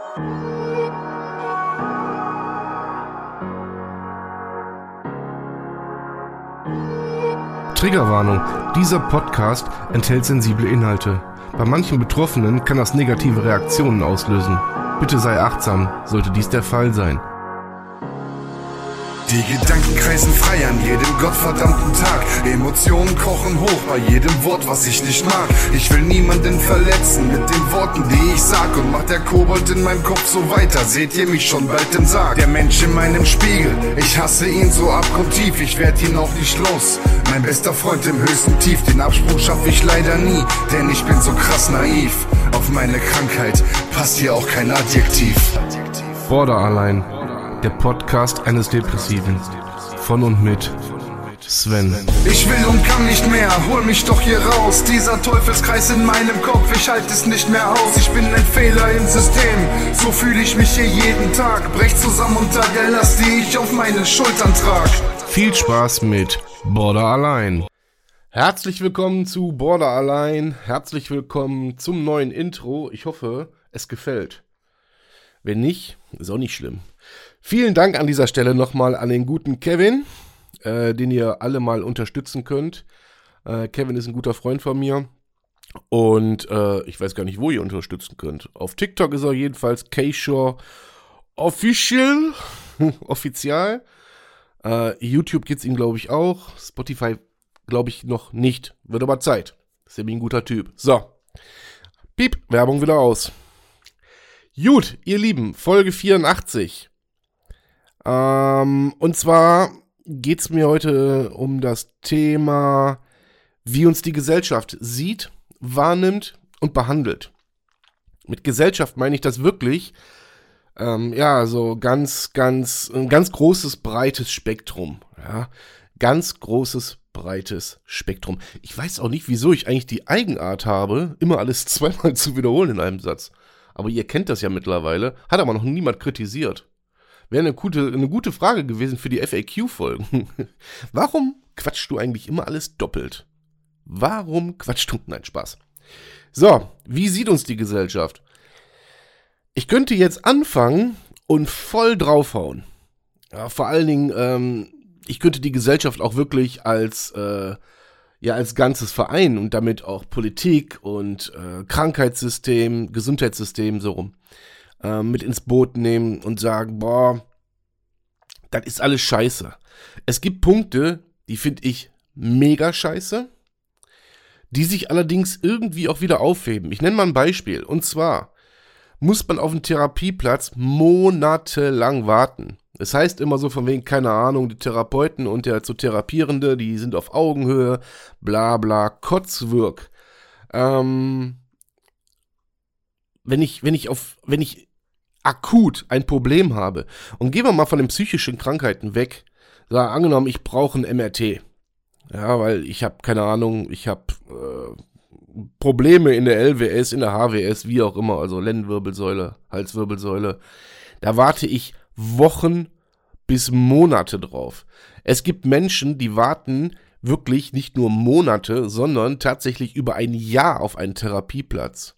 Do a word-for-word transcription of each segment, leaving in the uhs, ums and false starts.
Triggerwarnung. Dieser Podcast enthält sensible Inhalte. Bei manchen Betroffenen kann das negative Reaktionen auslösen. Bitte sei achtsam, sollte dies der Fall sein. Die Gedanken kreisen frei an jedem gottverdammten Tag. Emotionen kochen hoch bei jedem Wort, was ich nicht mag. Ich will niemanden verletzen mit den Worten, die ich sag. Und macht der Kobold in meinem Kopf so weiter, seht ihr mich schon bald im Sarg. Der Mensch in meinem Spiegel, ich hasse ihn so abgrundtief. Ich werd ihn auch nicht los, mein bester Freund im höchsten Tief. Den Absprung schaff ich leider nie, denn ich bin so krass naiv. Auf meine Krankheit passt hier auch kein Adjektiv. Borderline. Der Podcast eines Depressiven. Von und mit Sven. Ich will und kann nicht mehr, hol mich doch hier raus. Dieser Teufelskreis in meinem Kopf, ich halte es nicht mehr aus. Ich bin ein Fehler im System, so fühle ich mich hier jeden Tag. Brech zusammen unter der Last, die ich auf meinen Schultern trag. Viel Spaß mit Borderline. Herzlich willkommen zu Borderline. Herzlich willkommen zum neuen Intro. Ich hoffe, es gefällt. Wenn nicht, ist auch nicht schlimm. Vielen Dank an dieser Stelle nochmal an den guten Kevin, äh, den ihr alle mal unterstützen könnt. Äh, Kevin ist ein guter Freund von mir und äh, ich weiß gar nicht, wo ihr unterstützen könnt. Auf TikTok ist er jedenfalls K-Shore Official, offizial. Äh, YouTube gibt's ihn, glaube ich, auch. Spotify, glaube ich, noch nicht. Wird aber Zeit. Ist nämlich ein guter Typ. So, piep, Werbung wieder aus. Gut, ihr Lieben, Folge vierundachtzig. Ähm, und zwar geht es mir heute um das Thema, wie uns die Gesellschaft sieht, wahrnimmt und behandelt. Mit Gesellschaft meine ich das wirklich, ähm, ja, so ganz, ganz, ein ganz großes, breites Spektrum. Ja, ganz großes, breites Spektrum. Ich weiß auch nicht, wieso ich eigentlich die Eigenart habe, immer alles zweimal zu wiederholen in einem Satz. Aber ihr kennt das ja mittlerweile, hat aber noch niemand kritisiert. Wäre eine gute, eine gute Frage gewesen für die F A Q-Folgen. Warum quatschst du eigentlich immer alles doppelt? Warum quatschst du? Nein, Spaß. So, wie sieht uns die Gesellschaft? Ich könnte jetzt anfangen und voll draufhauen. Ja, vor allen Dingen, ähm, ich könnte die Gesellschaft auch wirklich als, äh, ja, als Ganzes vereinen und damit auch Politik und äh, Krankheitssystem, Gesundheitssystem so rum mit ins Boot nehmen und sagen, boah, das ist alles scheiße. Es gibt Punkte, die finde ich mega scheiße, die sich allerdings irgendwie auch wieder aufheben. Ich nenne mal ein Beispiel. Und zwar muss man auf einen Therapieplatz monatelang warten. Das heißt immer so von wegen, keine Ahnung, die Therapeuten und der zu Therapierende, die sind auf Augenhöhe, bla bla, Kotzwirk. Ähm, wenn ich, wenn ich auf, wenn ich akut ein Problem habe und gehen wir mal von den psychischen Krankheiten weg, sag, angenommen, ich brauche ein M R T, ja, weil ich habe, keine Ahnung, ich habe äh, Probleme in der L W S, in der H W S, wie auch immer, also Lendenwirbelsäule, Halswirbelsäule, da warte ich Wochen bis Monate drauf. Es gibt Menschen, die warten wirklich nicht nur Monate, sondern tatsächlich über ein Jahr auf einen Therapieplatz.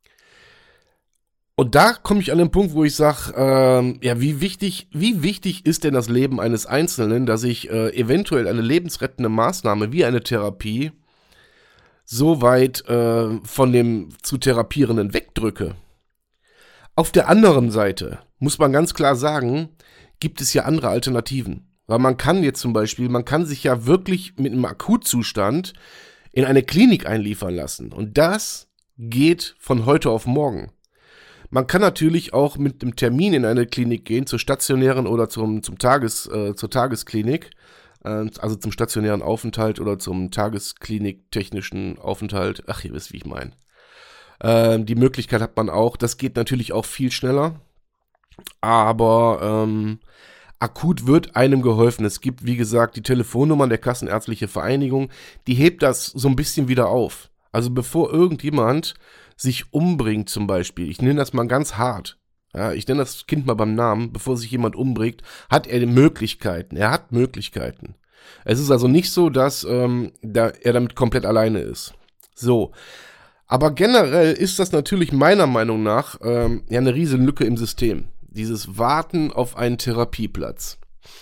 Und da komme ich an den Punkt, wo ich sage, ähm, ja, wie wichtig, wie wichtig ist denn das Leben eines Einzelnen, dass ich äh, eventuell eine lebensrettende Maßnahme wie eine Therapie so weit äh, von dem zu Therapierenden wegdrücke. Auf der anderen Seite muss man ganz klar sagen, gibt es ja andere Alternativen. Weil man kann jetzt zum Beispiel, man kann sich ja wirklich mit einem Akutzustand in eine Klinik einliefern lassen. Und das geht von heute auf morgen. Man kann natürlich auch mit einem Termin in eine Klinik gehen, zur stationären oder zum, zum Tages, äh, zur Tagesklinik, äh, also zum stationären Aufenthalt oder zum Tagesklinik-technischen Aufenthalt. Ach, ihr wisst, wie ich meine. Äh, die Möglichkeit hat man auch. Das geht natürlich auch viel schneller, aber ähm, akut wird einem geholfen. Es gibt, wie gesagt, die Telefonnummern der Kassenärztliche Vereinigung, die hebt das so ein bisschen wieder auf. Also bevor irgendjemand sich umbringt zum Beispiel, ich nenne das mal ganz hart, ja, ich nenne das Kind mal beim Namen, bevor sich jemand umbringt, hat er Möglichkeiten, er hat Möglichkeiten. Es ist also nicht so, dass ähm, da, er damit komplett alleine ist. So, Aber generell ist das natürlich meiner Meinung nach ähm, ja eine riesen Lücke im System. Dieses Warten auf einen Therapieplatz.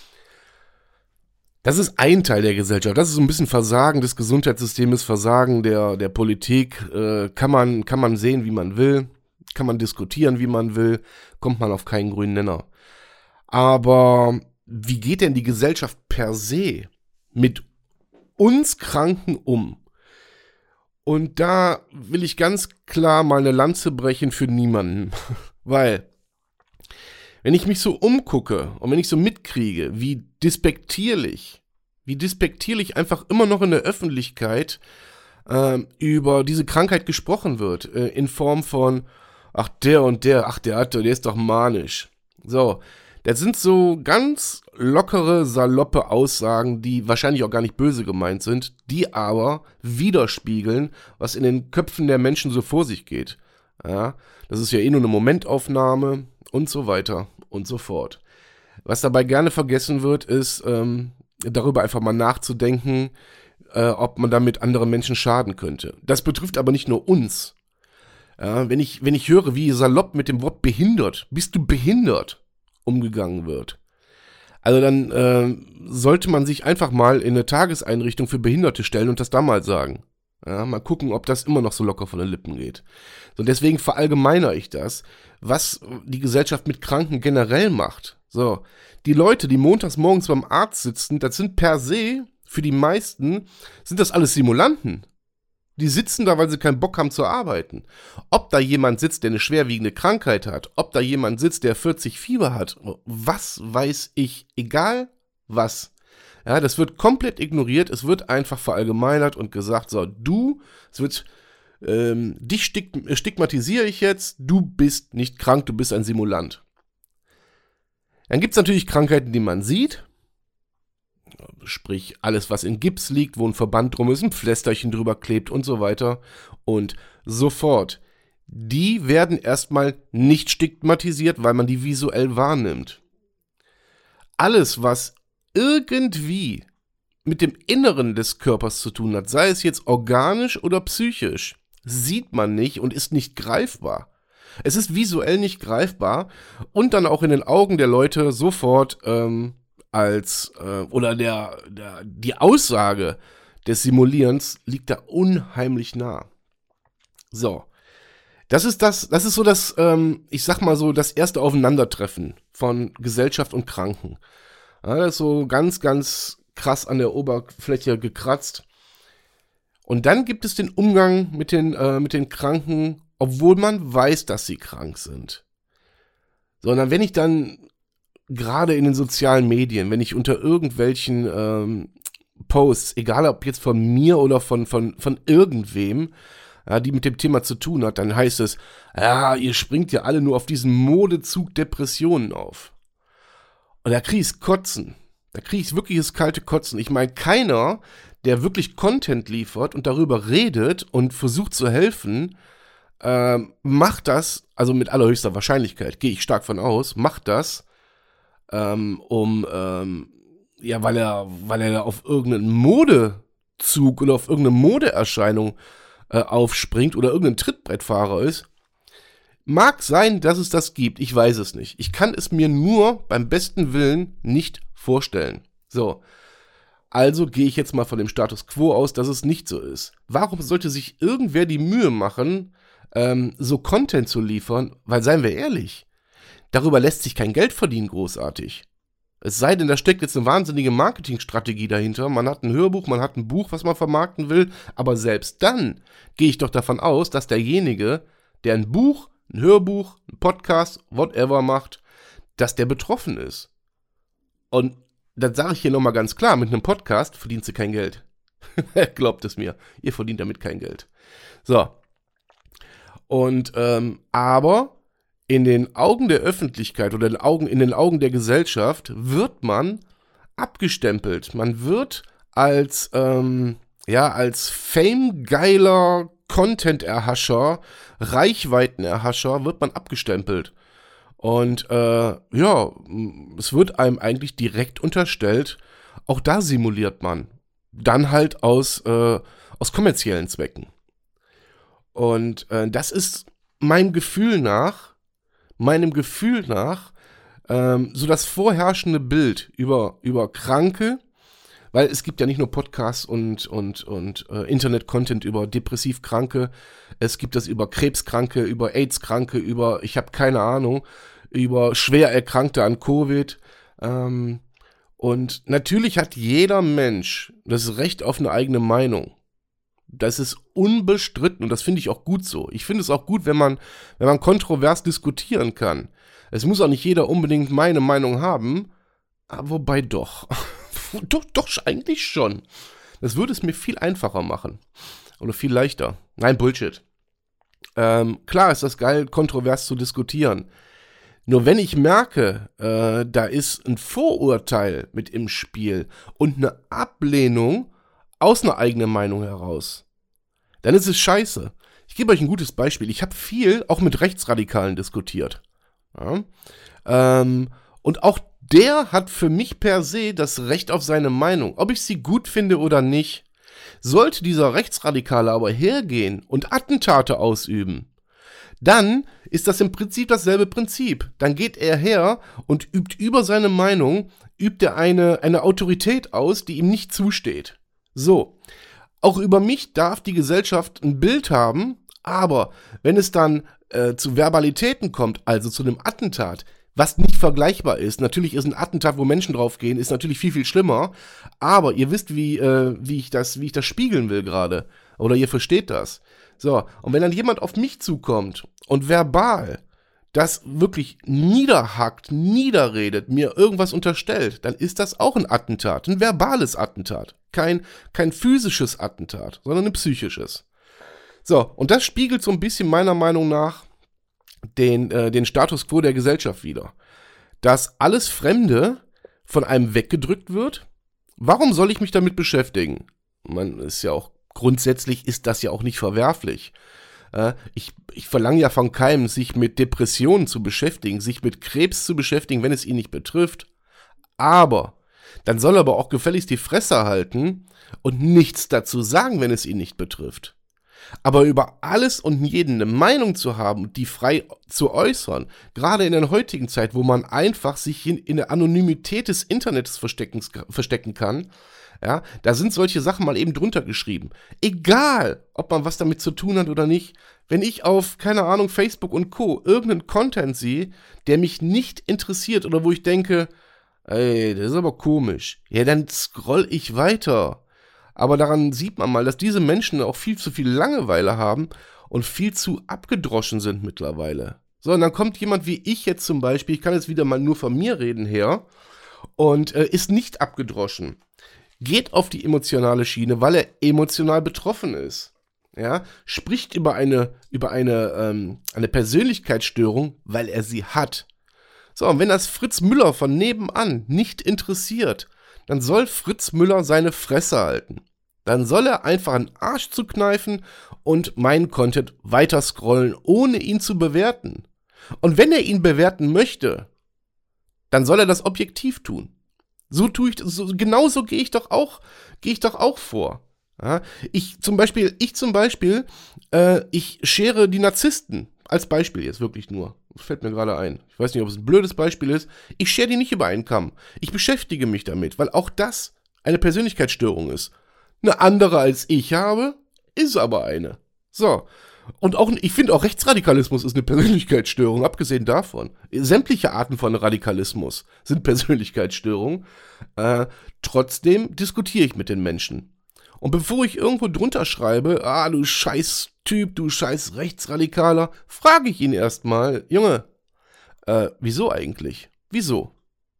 Das ist ein Teil der Gesellschaft. Das ist so ein bisschen Versagen des Gesundheitssystems, Versagen der, der Politik. Äh, kann man, kann man sehen, wie man will. Kann man diskutieren, wie man will. Kommt man auf keinen grünen Nenner. Aber wie geht denn die Gesellschaft per se mit uns Kranken um? Und da will ich ganz klar mal eine Lanze brechen für niemanden. Weil, wenn ich mich so umgucke und wenn ich so mitkriege, wie despektierlich, wie despektierlich einfach immer noch in der Öffentlichkeit äh, über diese Krankheit gesprochen wird, äh, in Form von, ach der und der, ach der hat, der ist doch manisch. So, das sind so ganz lockere, saloppe Aussagen, die wahrscheinlich auch gar nicht böse gemeint sind, die aber widerspiegeln, was in den Köpfen der Menschen so vor sich geht. Ja, das ist ja eh nur eine Momentaufnahme und so weiter und so fort. Was dabei gerne vergessen wird, ist, ähm, darüber einfach mal nachzudenken, äh, ob man damit anderen Menschen schaden könnte. Das betrifft aber nicht nur uns. Ja, wenn ich, wenn ich höre, wie salopp mit dem Wort behindert, bist du behindert, umgegangen wird. Also dann äh, sollte man sich einfach mal in eine Tageseinrichtung für Behinderte stellen und das da mal sagen. Ja, mal gucken, ob das immer noch so locker von den Lippen geht. So, deswegen verallgemeinere ich das, was die Gesellschaft mit Kranken generell macht. So, die Leute, die montags morgens beim Arzt sitzen, das sind per se, für die meisten, sind das alles Simulanten. Die sitzen da, weil sie keinen Bock haben zu arbeiten. Ob da jemand sitzt, der eine schwerwiegende Krankheit hat, ob da jemand sitzt, der vierzig Fieber hat, was weiß ich, egal was. Ja, das wird komplett ignoriert, es wird einfach verallgemeinert und gesagt, so, du, es wird, ähm, dich stig- stigmatisiere ich jetzt, du bist nicht krank, du bist ein Simulant. Dann gibt es natürlich Krankheiten, die man sieht, sprich alles, was in Gips liegt, wo ein Verband drum ist, ein Pflästerchen drüber klebt und so weiter und sofort. Die werden erstmal nicht stigmatisiert, weil man die visuell wahrnimmt. Alles, was irgendwie mit dem Inneren des Körpers zu tun hat, sei es jetzt organisch oder psychisch, sieht man nicht und ist nicht greifbar. Es ist visuell nicht greifbar und dann auch in den Augen der Leute sofort ähm, als, äh, oder der, der, die Aussage des Simulierens liegt da unheimlich nah. So, das ist das, das ist so das, ähm, ich sag mal so, das erste Aufeinandertreffen von Gesellschaft und Kranken. Ja, das ist so ganz, ganz krass an der Oberfläche gekratzt. Und dann gibt es den Umgang mit den, äh, mit den Kranken, obwohl man weiß, dass sie krank sind. Sondern wenn ich dann gerade in den sozialen Medien, wenn ich unter irgendwelchen ähm, Posts, egal ob jetzt von mir oder von, von, von irgendwem, ja, die mit dem Thema zu tun hat, dann heißt es, ja, ihr springt ja alle nur auf diesen Modezug Depressionen auf. Und da krieg ich's Kotzen. Da krieg ich wirklich das kalte Kotzen. Ich meine, keiner, der wirklich Content liefert und darüber redet und versucht zu helfen, äh, macht das, also mit allerhöchster Wahrscheinlichkeit, gehe ich stark von aus, macht das, Ähm, um, ähm, ja, weil er, weil er auf irgendeinen Modezug oder auf irgendeine Modeerscheinung äh, aufspringt oder irgendein Trittbrettfahrer ist. Mag sein, dass es das gibt, ich weiß es nicht. Ich kann es mir nur beim besten Willen nicht vorstellen. So, also gehe ich jetzt mal von dem Status Quo aus, dass es nicht so ist. Warum sollte sich irgendwer die Mühe machen, ähm, so Content zu liefern? Weil, seien wir ehrlich, darüber lässt sich kein Geld verdienen, großartig. Es sei denn, da steckt jetzt eine wahnsinnige Marketingstrategie dahinter. Man hat ein Hörbuch, man hat ein Buch, was man vermarkten will. Aber selbst dann gehe ich doch davon aus, dass derjenige, der ein Buch, ein Hörbuch, ein Podcast, whatever macht, dass der betroffen ist. Und das sage ich hier nochmal ganz klar, mit einem Podcast verdienst du kein Geld. Glaubt es mir, ihr verdient damit kein Geld. So. Und, ähm, aber in den Augen der Öffentlichkeit oder in den Augen, in den Augen der Gesellschaft wird man abgestempelt. Man wird als, ähm, ja, als famegeiler Content-Erhascher, Reichweiten-Erhascher wird man abgestempelt. Und äh, ja, es wird einem eigentlich direkt unterstellt, auch da simuliert man. Dann halt aus, äh, aus kommerziellen Zwecken. Und äh, das ist meinem Gefühl nach, meinem Gefühl nach, ähm, so das vorherrschende Bild über, über Kranke, weil es gibt ja nicht nur Podcasts und, und, und äh, Internet-Content über Depressivkranke, es gibt das über Krebskranke, über AIDS-Kranke, über, ich habe keine Ahnung, über schwer Erkrankte an Covid. Ähm, und natürlich hat jeder Mensch das Recht auf eine eigene Meinung. Das ist unbestritten und das finde ich auch gut so. Ich finde es auch gut, wenn man, wenn man kontrovers diskutieren kann. Es muss auch nicht jeder unbedingt meine Meinung haben, aber wobei doch. Doch, doch, eigentlich schon. Das würde es mir viel einfacher machen. Oder viel leichter. Nein, Bullshit. Ähm, klar ist das geil, kontrovers zu diskutieren. Nur wenn ich merke, äh, da ist ein Vorurteil mit im Spiel und eine Ablehnung aus einer eigenen Meinung heraus, dann ist es scheiße. Ich gebe euch ein gutes Beispiel. Ich habe viel auch mit Rechtsradikalen diskutiert. Ja? Ähm, und auch der hat für mich per se das Recht auf seine Meinung, ob ich sie gut finde oder nicht. Sollte dieser Rechtsradikale aber hergehen und Attentate ausüben, dann ist das im Prinzip dasselbe Prinzip. Dann geht er her und übt über seine Meinung, übt er eine, eine Autorität aus, die ihm nicht zusteht. So, auch über mich darf die Gesellschaft ein Bild haben, aber wenn es dann äh, zu Verbalitäten kommt, also zu einem Attentat, was nicht vergleichbar ist. Natürlich ist ein Attentat, wo Menschen draufgehen, ist natürlich viel, viel schlimmer. Aber ihr wisst, wie, äh, wie, ich das, wie ich das spiegeln will gerade. Oder ihr versteht das. So, und wenn dann jemand auf mich zukommt und verbal das wirklich niederhackt, niederredet, mir irgendwas unterstellt, dann ist das auch ein Attentat. Ein verbales Attentat. Kein, kein physisches Attentat, sondern ein psychisches. So, und das spiegelt so ein bisschen meiner Meinung nach Den, äh, den Status quo der Gesellschaft wieder. Dass alles Fremde von einem weggedrückt wird. Warum soll ich mich damit beschäftigen? Man ist ja auch, grundsätzlich ist das ja auch nicht verwerflich. Äh, ich, ich verlange ja von keinem, sich mit Depressionen zu beschäftigen, sich mit Krebs zu beschäftigen, wenn es ihn nicht betrifft. Aber, dann soll er aber auch gefälligst die Fresse halten und nichts dazu sagen, wenn es ihn nicht betrifft. Aber über alles und jeden eine Meinung zu haben, die frei zu äußern, gerade in der heutigen Zeit, wo man einfach sich in, in der Anonymität des Internets verstecken, verstecken kann, ja, da sind solche Sachen mal eben drunter geschrieben. Egal, ob man was damit zu tun hat oder nicht, wenn ich auf, keine Ahnung, Facebook und Co. irgendeinen Content sehe, der mich nicht interessiert oder wo ich denke, ey, das ist aber komisch, ja, dann scroll ich weiter. Aber daran sieht man mal, dass diese Menschen auch viel zu viel Langeweile haben und viel zu abgedroschen sind mittlerweile. So, und dann kommt jemand wie ich jetzt zum Beispiel, ich kann jetzt wieder mal nur von mir reden her, und äh, ist nicht abgedroschen. Geht auf die emotionale Schiene, weil er emotional betroffen ist. Ja, spricht über eine, über eine, ähm, eine Persönlichkeitsstörung, weil er sie hat. So, und wenn das Fritz Müller von nebenan nicht interessiert, dann soll Fritz Müller seine Fresse halten. Dann soll er einfach einen Arsch zukneifen und meinen Content weiter scrollen, ohne ihn zu bewerten. Und wenn er ihn bewerten möchte, dann soll er das objektiv tun. So tue ich, so, genauso gehe ich doch auch, gehe ich doch auch vor. Ja, ich zum Beispiel, ich zum Beispiel, äh, ich schere die Narzissten, als Beispiel jetzt wirklich nur. Das fällt mir gerade ein. Ich weiß nicht, ob es ein blödes Beispiel ist. Ich schere die nicht über einen Kamm. Ich beschäftige mich damit, weil auch das eine Persönlichkeitsstörung ist. Eine andere als ich habe, ist aber eine. So. Und auch, ich finde auch Rechtsradikalismus ist eine Persönlichkeitsstörung, abgesehen davon. Sämtliche Arten von Radikalismus sind Persönlichkeitsstörungen. Äh, trotzdem diskutiere ich mit den Menschen. Und bevor ich irgendwo drunter schreibe, ah, du scheiß Typ, du scheiß Rechtsradikaler, frage ich ihn erstmal, Junge, äh, wieso eigentlich? Wieso?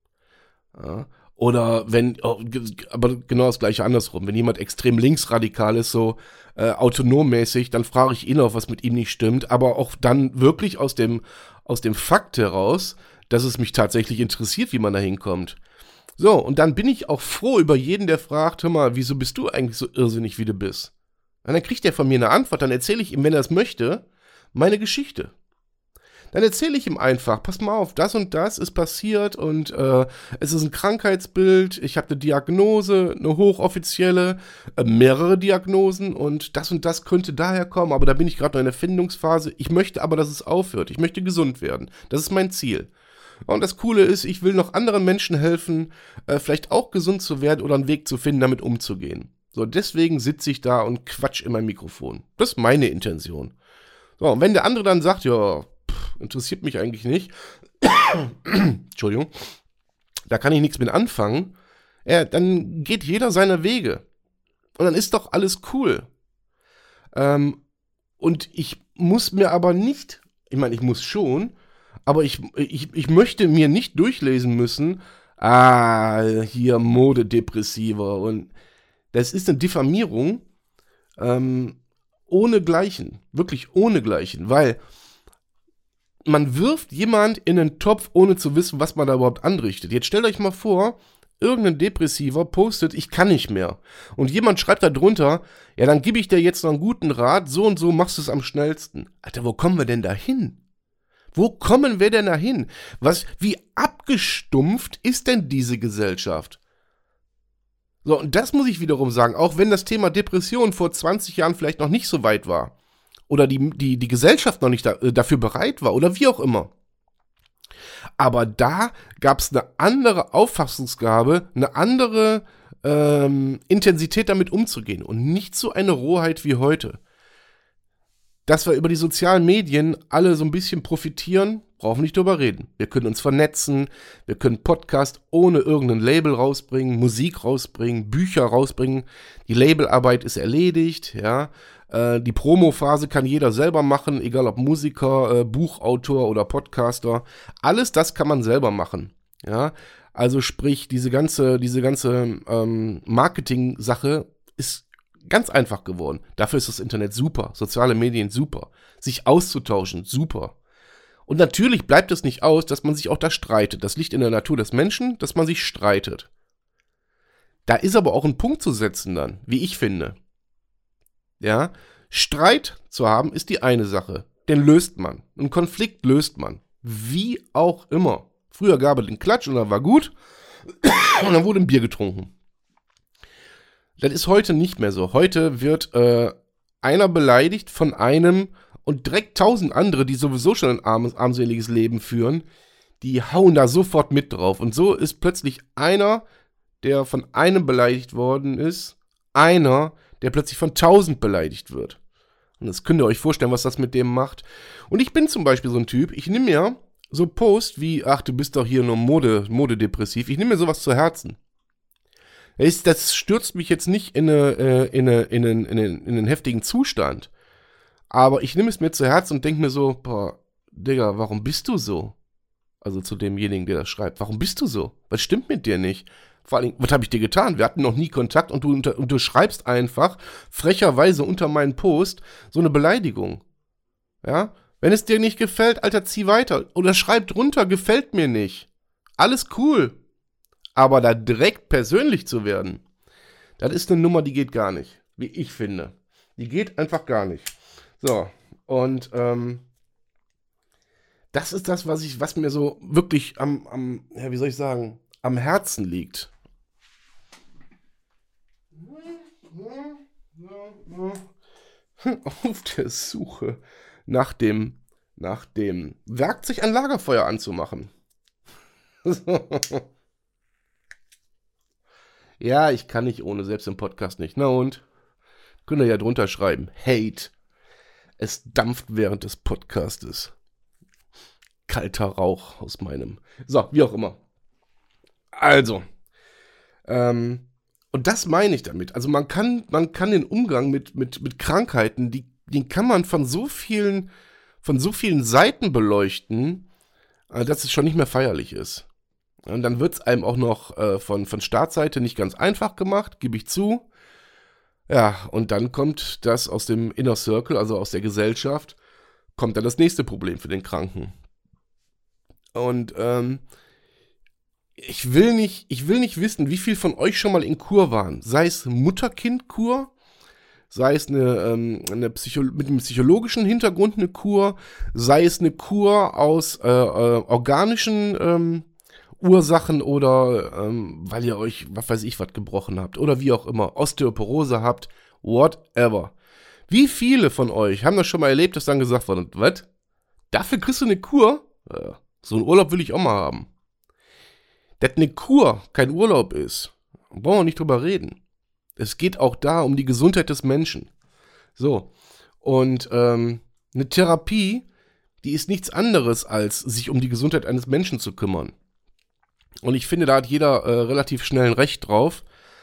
Ja. Oder wenn, oh, aber genau das gleiche andersrum, wenn jemand extrem linksradikal ist, so äh, autonommäßig, dann frage ich ihn auch, was mit ihm nicht stimmt, aber auch dann wirklich aus dem, aus dem Fakt heraus, dass es mich tatsächlich interessiert, wie man da hinkommt. So, und dann bin ich auch froh über jeden, der fragt, hör mal, wieso bist du eigentlich so irrsinnig, wie du bist? Und dann kriegt er von mir eine Antwort, dann erzähle ich ihm, wenn er es möchte, meine Geschichte. dann erzähle ich ihm einfach, pass mal auf, das und das ist passiert und äh, es ist ein Krankheitsbild, ich habe eine Diagnose, eine hochoffizielle, äh, mehrere Diagnosen und das und das könnte daher kommen, aber da bin ich gerade noch in der Findungsphase. Ich möchte aber, dass es aufhört. Ich möchte gesund werden. Das ist mein Ziel. Und das Coole ist, ich will noch anderen Menschen helfen, äh, vielleicht auch gesund zu werden oder einen Weg zu finden, damit umzugehen. So, deswegen sitze ich da und quatsch in mein Mikrofon. Das ist meine Intention. So, und wenn der andere dann sagt, ja, pff, interessiert mich eigentlich nicht, Entschuldigung, da kann ich nichts mit anfangen, ja, dann geht jeder seine Wege. Und dann ist doch alles cool. Ähm, und ich muss mir aber nicht, ich meine, ich muss schon, aber ich, ich, ich möchte mir nicht durchlesen müssen, ah, hier Modedepressiver und das ist eine Diffamierung, ähm, ohnegleichen, wirklich ohnegleichen, weil man wirft jemand in einen Topf, ohne zu wissen, was man da überhaupt anrichtet. Jetzt stellt euch mal vor, irgendein Depressiver postet, ich kann nicht mehr. Und jemand schreibt da drunter, ja, dann gebe ich dir jetzt noch einen guten Rat, so und so machst du es am schnellsten. Alter, wo kommen wir denn da hin? Wo kommen wir denn da hin? Was, wie abgestumpft ist denn diese Gesellschaft? So, und das muss ich wiederum sagen, auch wenn das Thema Depression vor zwanzig Jahren vielleicht noch nicht so weit war oder die, die, die Gesellschaft noch nicht da, äh, dafür bereit war oder wie auch immer. Aber da gab es eine andere Auffassungsgabe, eine andere ähm, Intensität damit umzugehen und nicht so eine Rohheit wie heute. Dass wir über die sozialen Medien alle so ein bisschen profitieren, brauchen wir nicht drüber reden. Wir können uns vernetzen, wir können Podcast ohne irgendein Label rausbringen, Musik rausbringen, Bücher rausbringen. Die Labelarbeit ist erledigt, ja. Äh, die Promophase kann jeder selber machen, egal ob Musiker, äh, Buchautor oder Podcaster. Alles das kann man selber machen, ja. Also sprich, diese ganze, diese ganze ähm, Marketing-Sache ist ganz einfach geworden. Dafür ist das Internet super, soziale Medien super, sich auszutauschen super. Und natürlich bleibt es nicht aus, dass man sich auch da streitet. Das liegt in der Natur des Menschen, dass man sich streitet. Da ist aber auch ein Punkt zu setzen dann, wie ich finde. Ja, Streit zu haben ist die eine Sache. Den löst man. Einen Konflikt löst man. Wie auch immer. Früher gab es den Klatsch und dann war gut. Und dann wurde ein Bier getrunken. Das ist heute nicht mehr so. Heute wird äh, einer beleidigt von einem und direkt tausend andere, die sowieso schon ein armes, armseliges Leben führen, die hauen da sofort mit drauf. Und so ist plötzlich einer, der von einem beleidigt worden ist, einer, der plötzlich von tausend beleidigt wird. Und das könnt ihr euch vorstellen, was das mit dem macht. Und ich bin zum Beispiel so ein Typ, ich nehme mir so Post wie, ach, du bist doch hier nur Mode, modedepressiv. Ich nehme mir sowas zu Herzen. Das stürzt mich jetzt nicht in, eine, in, eine, in, einen, in, einen, in einen heftigen Zustand. Aber ich nehme es mir zu Herzen und denke mir so, boah, Digga, warum bist du so? Also zu demjenigen, der das schreibt. Warum bist du so? Was stimmt mit dir nicht? Vor allem, was habe ich dir getan? Wir hatten noch nie Kontakt und du, unter, und du schreibst einfach frecherweise unter meinen Post so eine Beleidigung. Ja? Wenn es dir nicht gefällt, Alter, zieh weiter. Oder schreib drunter, gefällt mir nicht. Alles cool. Aber da direkt persönlich zu werden, das ist eine Nummer, die geht gar nicht. Wie ich finde. Die geht einfach gar nicht. So, und ähm, das ist das, was ich, was mir so wirklich am, am, ja, wie soll ich sagen, am Herzen liegt. Auf der Suche nach dem, nach dem Werkzeug, ein Lagerfeuer anzumachen. Ja, ich kann nicht ohne, selbst im Podcast nicht. Na und? Könnt ihr ja drunter schreiben. Hate. Es dampft während des Podcastes. Kalter Rauch aus meinem. So, wie auch immer. Also. Ähm, und das meine ich damit. Also man kann, man kann den Umgang mit, mit, mit Krankheiten, die, den kann man von so vielen, von so vielen Seiten beleuchten, äh, dass es schon nicht mehr feierlich ist. Und dann wird es einem auch noch äh, von, von Startseite nicht ganz einfach gemacht, gebe ich zu. Ja, und dann kommt das aus dem Inner Circle, also aus der Gesellschaft, kommt dann das nächste Problem für den Kranken. Und ähm, ich will nicht, ich will nicht wissen, wie viel von euch schon mal in Kur waren. Sei es Mutter-Kind-Kur, sei es eine, ähm, eine Psycho- mit einem psychologischen Hintergrund eine Kur, sei es eine Kur aus äh, äh, organischen ähm, Ursachen oder ähm, weil ihr euch, was weiß ich, was gebrochen habt oder wie auch immer, Osteoporose habt, whatever. Wie viele von euch haben das schon mal erlebt, dass dann gesagt wurde, was? Dafür kriegst du eine Kur? Ja, so einen Urlaub will ich auch mal haben. Dass eine Kur kein Urlaub ist, brauchen wir nicht drüber reden. Es geht auch da um die Gesundheit des Menschen. So, und ähm, eine Therapie, die ist nichts anderes, als sich um die Gesundheit eines Menschen zu kümmern. Und ich finde, da hat jeder äh, relativ schnell ein Recht drauf.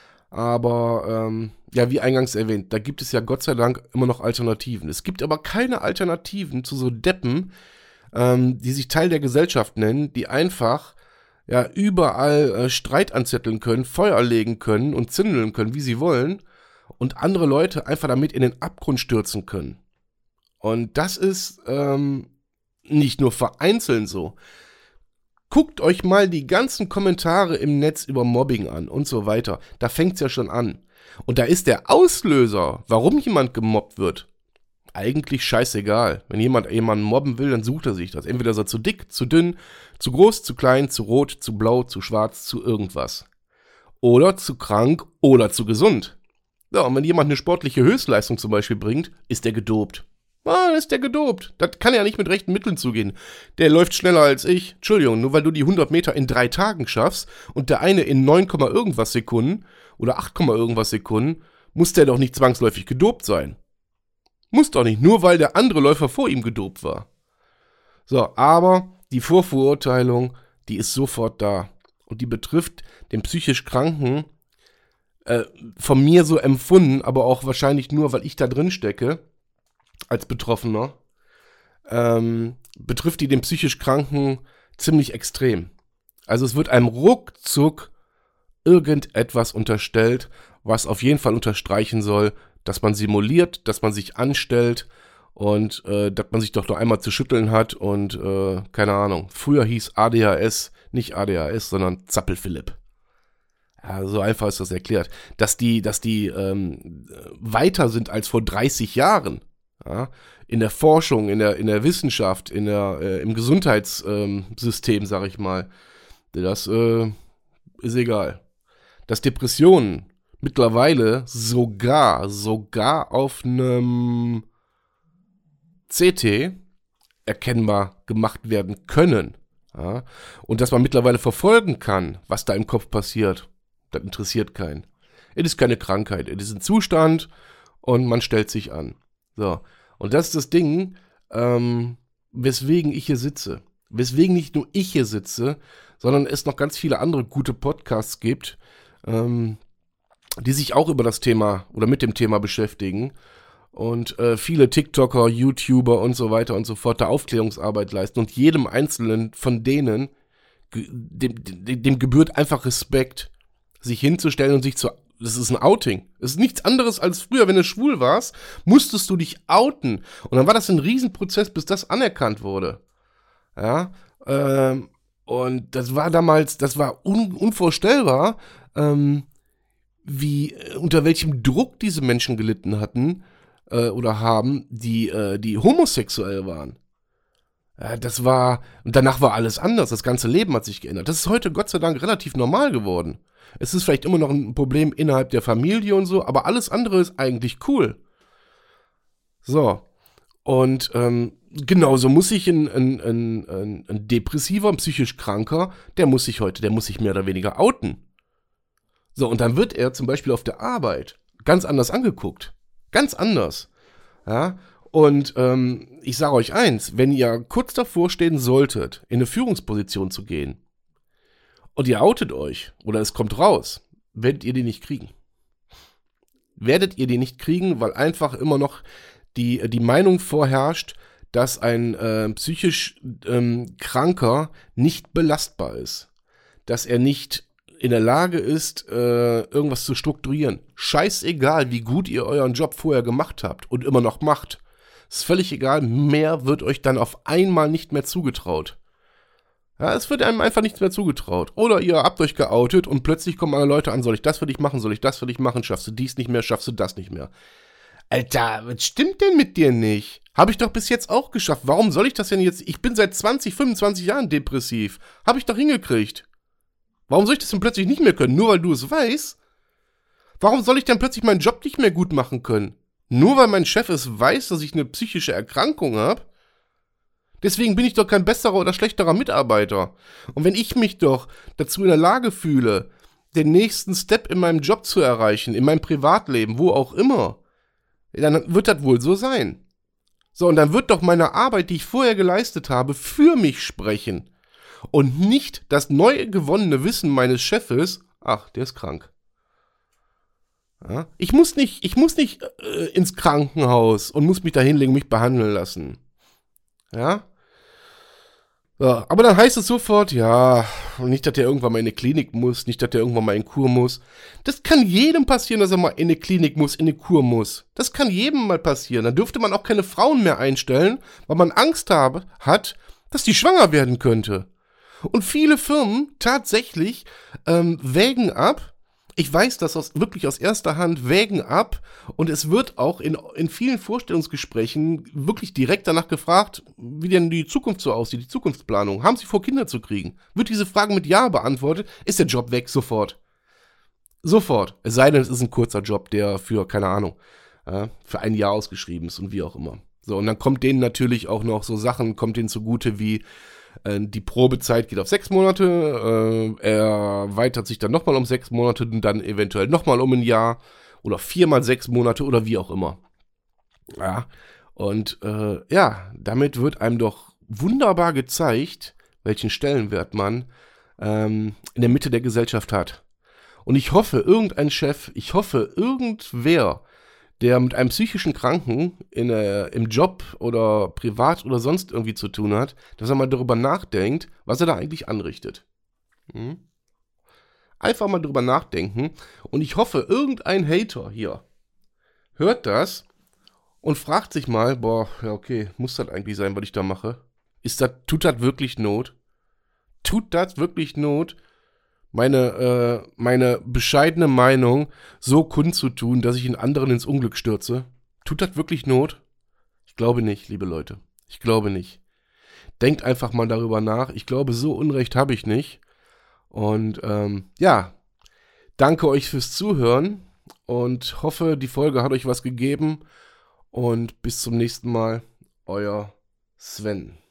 Aber, ähm, ja, wie eingangs erwähnt, da gibt es ja Gott sei Dank immer noch Alternativen. Es gibt aber keine Alternativen zu so Deppen, ähm, die sich Teil der Gesellschaft nennen, die einfach, ja, überall äh, Streit anzetteln können, Feuer legen können und zündeln können, wie sie wollen. Und andere Leute einfach damit in den Abgrund stürzen können. Und das ist, ähm, nicht nur vereinzelt so. Guckt euch mal die ganzen Kommentare im Netz über Mobbing an und so weiter. Da fängt es ja schon an. Und da ist der Auslöser, warum jemand gemobbt wird, eigentlich scheißegal. Wenn jemand jemanden mobben will, dann sucht er sich das. Entweder ist er zu dick, zu dünn, zu groß, zu klein, zu rot, zu blau, zu schwarz, zu irgendwas. Oder zu krank oder zu gesund. Ja, und wenn jemand eine sportliche Höchstleistung zum Beispiel bringt, ist der gedopt. Ah, ist der gedopt. Das kann ja nicht mit rechten Mitteln zugehen. Der läuft schneller als ich. Entschuldigung, nur weil du die hundert Meter in drei Tagen schaffst und der eine in neun, irgendwas Sekunden oder acht, irgendwas Sekunden, muss der doch nicht zwangsläufig gedopt sein. Muss doch nicht, nur weil der andere Läufer vor ihm gedopt war. So, aber die Vorverurteilung, die ist sofort da. Und die betrifft den psychisch Kranken, äh, von mir so empfunden, aber auch wahrscheinlich nur, weil ich da drin stecke, als Betroffener, ähm, betrifft die den psychisch Kranken ziemlich extrem. Also es wird einem ruckzuck irgendetwas unterstellt, was auf jeden Fall unterstreichen soll, dass man simuliert, dass man sich anstellt und äh, dass man sich doch nur einmal zu schütteln hat und äh, keine Ahnung. Früher hieß A D H S nicht A D H S, sondern Zappel-Philipp. Ja, so einfach ist das erklärt. Dass die, dass die ähm, weiter sind als vor dreißig Jahren. Ja, in der Forschung, in der, in der Wissenschaft, in der, äh, im Gesundheitssystem, ähm, sag ich mal, das äh, ist egal. Dass Depressionen mittlerweile sogar, sogar auf einem C T erkennbar gemacht werden können. Ja, und dass man mittlerweile verfolgen kann, was da im Kopf passiert, das interessiert keinen. Es ist keine Krankheit, es ist ein Zustand und man stellt sich an. So, und das ist das Ding, ähm, weswegen ich hier sitze. Weswegen nicht nur ich hier sitze, sondern es noch ganz viele andere gute Podcasts gibt, ähm, die sich auch über das Thema oder mit dem Thema beschäftigen. Und äh, viele TikToker, YouTuber und so weiter und so fort da Aufklärungsarbeit leisten. Und jedem Einzelnen von denen, dem, dem, dem gebührt einfach Respekt, sich hinzustellen und sich zu Das ist ein Outing. Das ist nichts anderes als früher, wenn du schwul warst, musstest du dich outen. Und dann war das ein Riesenprozess, bis das anerkannt wurde. Ja, ähm, und das war damals, das war un, unvorstellbar, ähm, wie, unter welchem Druck diese Menschen gelitten hatten äh, oder haben, die, äh, die homosexuell waren. Ja, das war, und danach war alles anders, das ganze Leben hat sich geändert. Das ist heute Gott sei Dank relativ normal geworden. Es ist vielleicht immer noch ein Problem innerhalb der Familie und so, aber alles andere ist eigentlich cool. So, und ähm, genauso muss sich ein, ein, ein, ein, ein depressiver, ein psychisch Kranker, der muss sich heute, der muss sich mehr oder weniger outen. So, und dann wird er zum Beispiel auf der Arbeit ganz anders angeguckt. Ganz anders. Ja, und ähm, ich sage euch eins, wenn ihr kurz davor stehen solltet, in eine Führungsposition zu gehen, und ihr outet euch, oder es kommt raus, werdet ihr die nicht kriegen. Werdet ihr die nicht kriegen, weil einfach immer noch die, die Meinung vorherrscht, dass ein äh, psychisch ähm, Kranker nicht belastbar ist. Dass er nicht in der Lage ist, äh, irgendwas zu strukturieren. Scheißegal, wie gut ihr euren Job vorher gemacht habt und immer noch macht. Ist völlig egal, mehr wird euch dann auf einmal nicht mehr zugetraut. Ja, es wird einem einfach nichts mehr zugetraut. Oder ihr habt euch geoutet und plötzlich kommen alle Leute an, soll ich das für dich machen, soll ich das für dich machen, schaffst du dies nicht mehr, schaffst du das nicht mehr. Alter, was stimmt denn mit dir nicht? Habe ich doch bis jetzt auch geschafft. Warum soll ich das denn jetzt? Ich bin seit zwanzig, fünfundzwanzig Jahren depressiv. Habe ich doch hingekriegt. Warum soll ich das denn plötzlich nicht mehr können? Nur weil du es weißt? Warum soll ich dann plötzlich meinen Job nicht mehr gut machen können? Nur weil mein Chef es weiß, dass ich eine psychische Erkrankung habe? Deswegen bin ich doch kein besserer oder schlechterer Mitarbeiter. Und wenn ich mich doch dazu in der Lage fühle, den nächsten Step in meinem Job zu erreichen, in meinem Privatleben, wo auch immer, dann wird das wohl so sein. So, und dann wird doch meine Arbeit, die ich vorher geleistet habe, für mich sprechen. Und nicht das neu gewonnene Wissen meines Chefes, ach, der ist krank. Ja, ich muss nicht, ich muss nicht äh, ins Krankenhaus und muss mich da hinlegen, mich behandeln lassen. Ja? Ja, aber dann heißt es sofort, ja, nicht, dass der irgendwann mal in eine Klinik muss, nicht, dass der irgendwann mal in Kur muss. Das kann jedem passieren, dass er mal in eine Klinik muss, in eine Kur muss. Das kann jedem mal passieren. Dann dürfte man auch keine Frauen mehr einstellen, weil man Angst habe, hat, dass die schwanger werden könnte. Und viele Firmen tatsächlich ähm, wägen ab, ich weiß das aus, wirklich aus erster Hand, wägen ab und es wird auch in, in vielen Vorstellungsgesprächen wirklich direkt danach gefragt, wie denn die Zukunft so aussieht, die Zukunftsplanung. Haben Sie vor, Kinder zu kriegen? Wird diese Frage mit Ja beantwortet, ist der Job weg, sofort. Sofort. Es sei denn, es ist ein kurzer Job, der für, keine Ahnung, äh, für ein Jahr ausgeschrieben ist und wie auch immer. So, und dann kommt denen natürlich auch noch so Sachen, kommt denen zugute wie, die Probezeit geht auf sechs Monate, äh, er erweitert sich dann nochmal um sechs Monate und dann eventuell nochmal um ein Jahr oder viermal sechs Monate oder wie auch immer. Ja, und äh, ja, damit wird einem doch wunderbar gezeigt, welchen Stellenwert man ähm, in der Mitte der Gesellschaft hat. Und ich hoffe, irgendein Chef, ich hoffe, irgendwer, der mit einem psychischen Kranken in, äh, im Job oder privat oder sonst irgendwie zu tun hat, dass er mal darüber nachdenkt, was er da eigentlich anrichtet. Hm? Einfach mal drüber nachdenken. Und ich hoffe, irgendein Hater hier hört das und fragt sich mal, boah, ja okay, muss das eigentlich sein, was ich da mache? Ist das, tut das wirklich Not? Tut das wirklich Not? Meine, äh, meine bescheidene Meinung so kundzutun, dass ich einen anderen ins Unglück stürze? Tut das wirklich Not? Ich glaube nicht, liebe Leute. Ich glaube nicht. Denkt einfach mal darüber nach. Ich glaube, so Unrecht habe ich nicht. Und ähm, ja, danke euch fürs Zuhören und hoffe, die Folge hat euch was gegeben. Und bis zum nächsten Mal, euer Sven.